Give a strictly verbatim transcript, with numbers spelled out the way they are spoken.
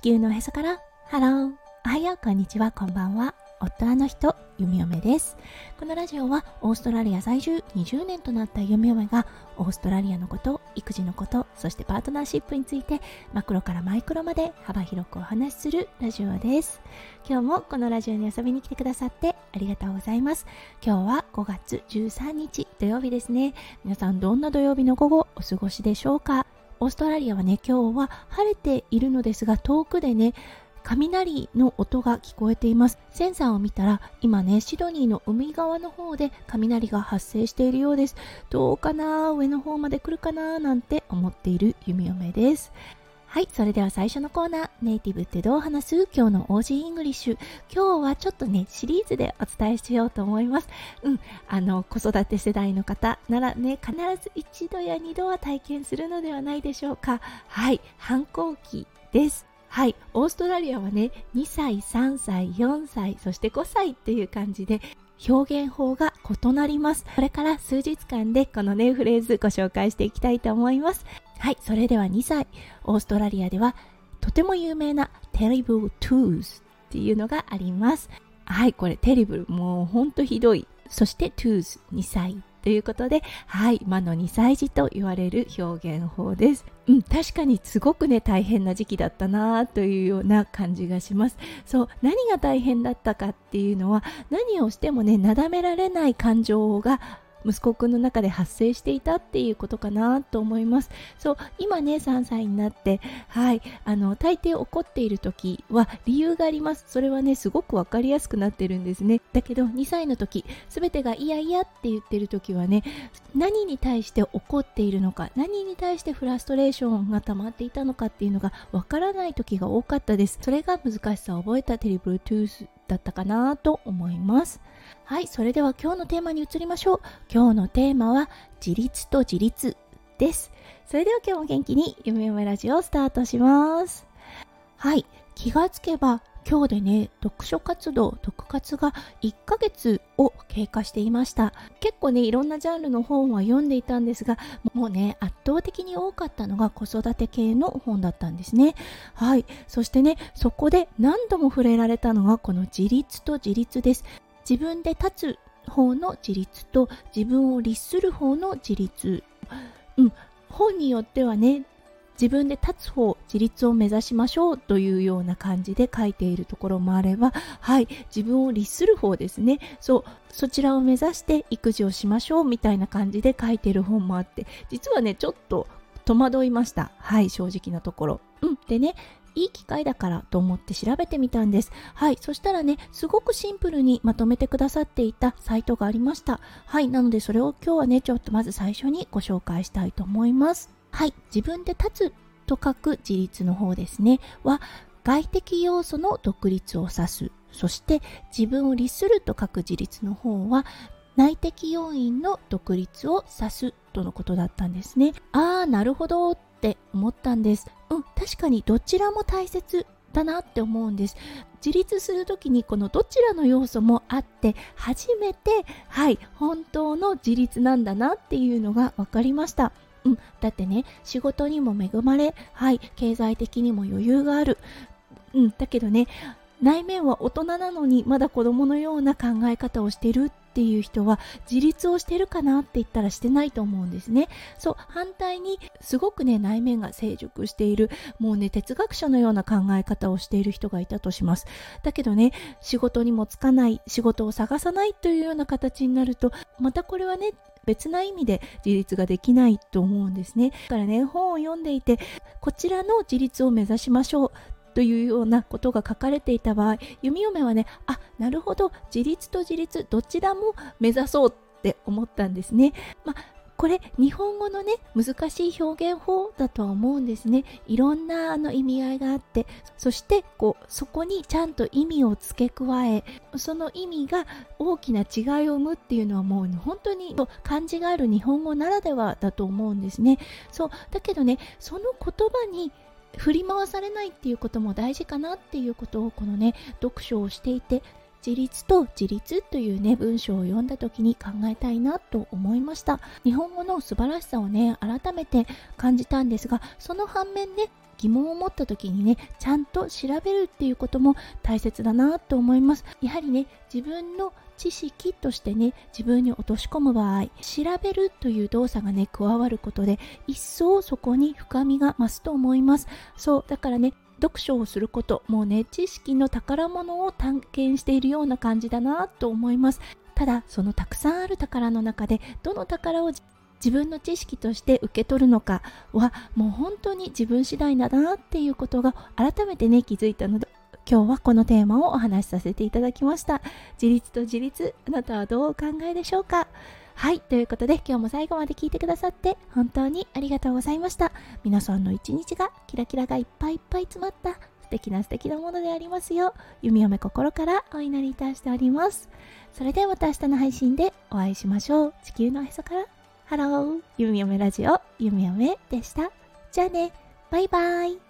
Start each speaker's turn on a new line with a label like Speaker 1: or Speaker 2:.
Speaker 1: 球のへそからハロー、おはよう、こんにちは、こんばんは。夫あの人、ゆみおめです。このラジオはオーストラリア在住にじゅうねんとなったゆみおめがオーストラリアのこと、育児のこと、そしてパートナーシップについてマクロからマイクロまで幅広くお話しするラジオです。今日もこのラジオに遊びに来てくださってありがとうございます。今日はごがつじゅうさんにち土曜日ですね。皆さんどんな土曜日の午後お過ごしでしょうか。オーストラリアはね、今日は晴れているのですが、遠くでね雷の音が聞こえています。センサーを見たら今ねシドニーの海側の方で雷が発生しているようです。どうかな、上の方まで来るかななんて思っているゆみおめです。はい、それでは最初のコーナー、ネイティブってどう話す？今日の オージー イングリッシュ。今日はちょっとねシリーズでお伝えしようと思います。うんあの子育て世代の方ならね必ず一度や二度は体験するのではないでしょうか。はい、反抗期です。はい、オーストラリアはねにさい、さんさい、よんさい、そしてごさいっていう感じで表現法が異なります。これから数日間でこのねフレーズご紹介していきたいと思います。はい、それではにさい、オーストラリアではとても有名な Terrible twos っていうのがあります。はい、これ Terrible もうほんとひどい。そして twos にさいということで、はい、魔のにさい児と言われる表現法です。うん、確かにすごくね大変な時期だったなというような感じがします。そう、何が大変だったかっていうのは、何をしてもねなだめられない感情が息子くんの中で発生していたっていうことかなと思います。そう、今ねさんさいになって、はいあの大抵怒っている時は理由があります。それはねすごくわかりやすくなってるんですね。だけどにさいの時、すべてがいやいやって言ってる時はね、何に対して怒っているのか、何に対してフラストレーションが溜まっていたのかっていうのがわからない時が多かったです。それが難しさを覚えたテリブルトゥースだったかなと思います。はい、それでは今日のテーマに移りましょう。今日のテーマは自立と自立です。それでは今日も元気にゆめゆめラジオをスタートします。はい、気がつけば今日でね読書活動、読活がいっかげつを経過していました。結構ねいろんなジャンルの本は読んでいたんですが、もうね圧倒的に多かったのが子育て系の本だったんですね。はい、そしてねそこで何度も触れられたのがこの自立と自立です。自分で立つ方の自立と自分を律する方の自立、うん、本によってはね自分で立つ方、自立を目指しましょうというような感じで書いているところもあれば、はい、自分を律する方ですね、そうそちらを目指して育児をしましょうみたいな感じで書いている本もあって、実はねちょっと戸惑いました。はい、正直なところ。うんでねいい機会だからと思って調べてみたんです。はい、そしたらねすごくシンプルにまとめてくださっていたサイトがありました。はい、なのでそれを今日はねちょっとまず最初にご紹介したいと思います。はい、自分で立つと書く自立の方ですねは外的要素の独立を指す。そして自分を律すると書く自立の方は内的要因の独立を指すとのことだったんですね。あーなるほどって思ったんです。うん、確かにどちらも大切だなって思うんです。自立するときにこのどちらの要素もあって初めてはい本当の自立なんだなっていうのが分かりました。うん、だってね仕事にも恵まれ、はい経済的にも余裕がある、うん、だけどね内面は大人なのにまだ子供のような考え方をしているっていう人は自立をしているかなって言ったらしてないと思うんですね。そう反対にすごくね内面が成熟している、もうね哲学者のような考え方をしている人がいたとします。だけどね仕事にもつかない、仕事を探さないというような形になるとまたこれはね別な意味で自立ができないと思うんですね。だからね本を読んでいてこちらの自立を目指しましょうというようなことが書かれていた場合、弓嫁はねあなるほど自立と自立どちらも目指そうって思ったんですね。まあこれ日本語のね難しい表現法だとは思うんですね。いろんなあの意味合いがあって、そしてこうそこにちゃんと意味を付け加え、その意味が大きな違いを生むっていうのはもう本当に漢字がある日本語ならではだと思うんですね。そうだけどねその言葉に振り回されないっていうことも大事かなっていうことをこのね読書をしていて、自立と自立というね文章を読んだ時に考えたいなと思いました。日本語の素晴らしさをね改めて感じたんですが、その反面ね疑問を持った時にね、ちゃんと調べるっていうことも大切だなと思います。やはりね、自分の知識としてね、自分に落とし込む場合、調べるという動作がね加わることで、一層そこに深みが増すと思います。そうだからね、読書をすること、もうね、知識の宝物を探検しているような感じだなと思います。ただ、そのたくさんある宝の中で、どの宝を自分の知識として受け取るのかは、もう本当に自分次第だなっていうことが改めてね、気づいたので、今日はこのテーマをお話しさせていただきました。自立と自立、あなたはどうお考えでしょうか。はい、ということで今日も最後まで聞いてくださって本当にありがとうございました。皆さんの一日がキラキラがいっぱいいっぱい詰まった素敵な素敵なものでありますよう、弓嫁心からお祈りいたしております。それではまた明日の配信でお会いしましょう。地球のへそからハロー、弓嫁ラジオ弓嫁でした。じゃあね、バイバイ。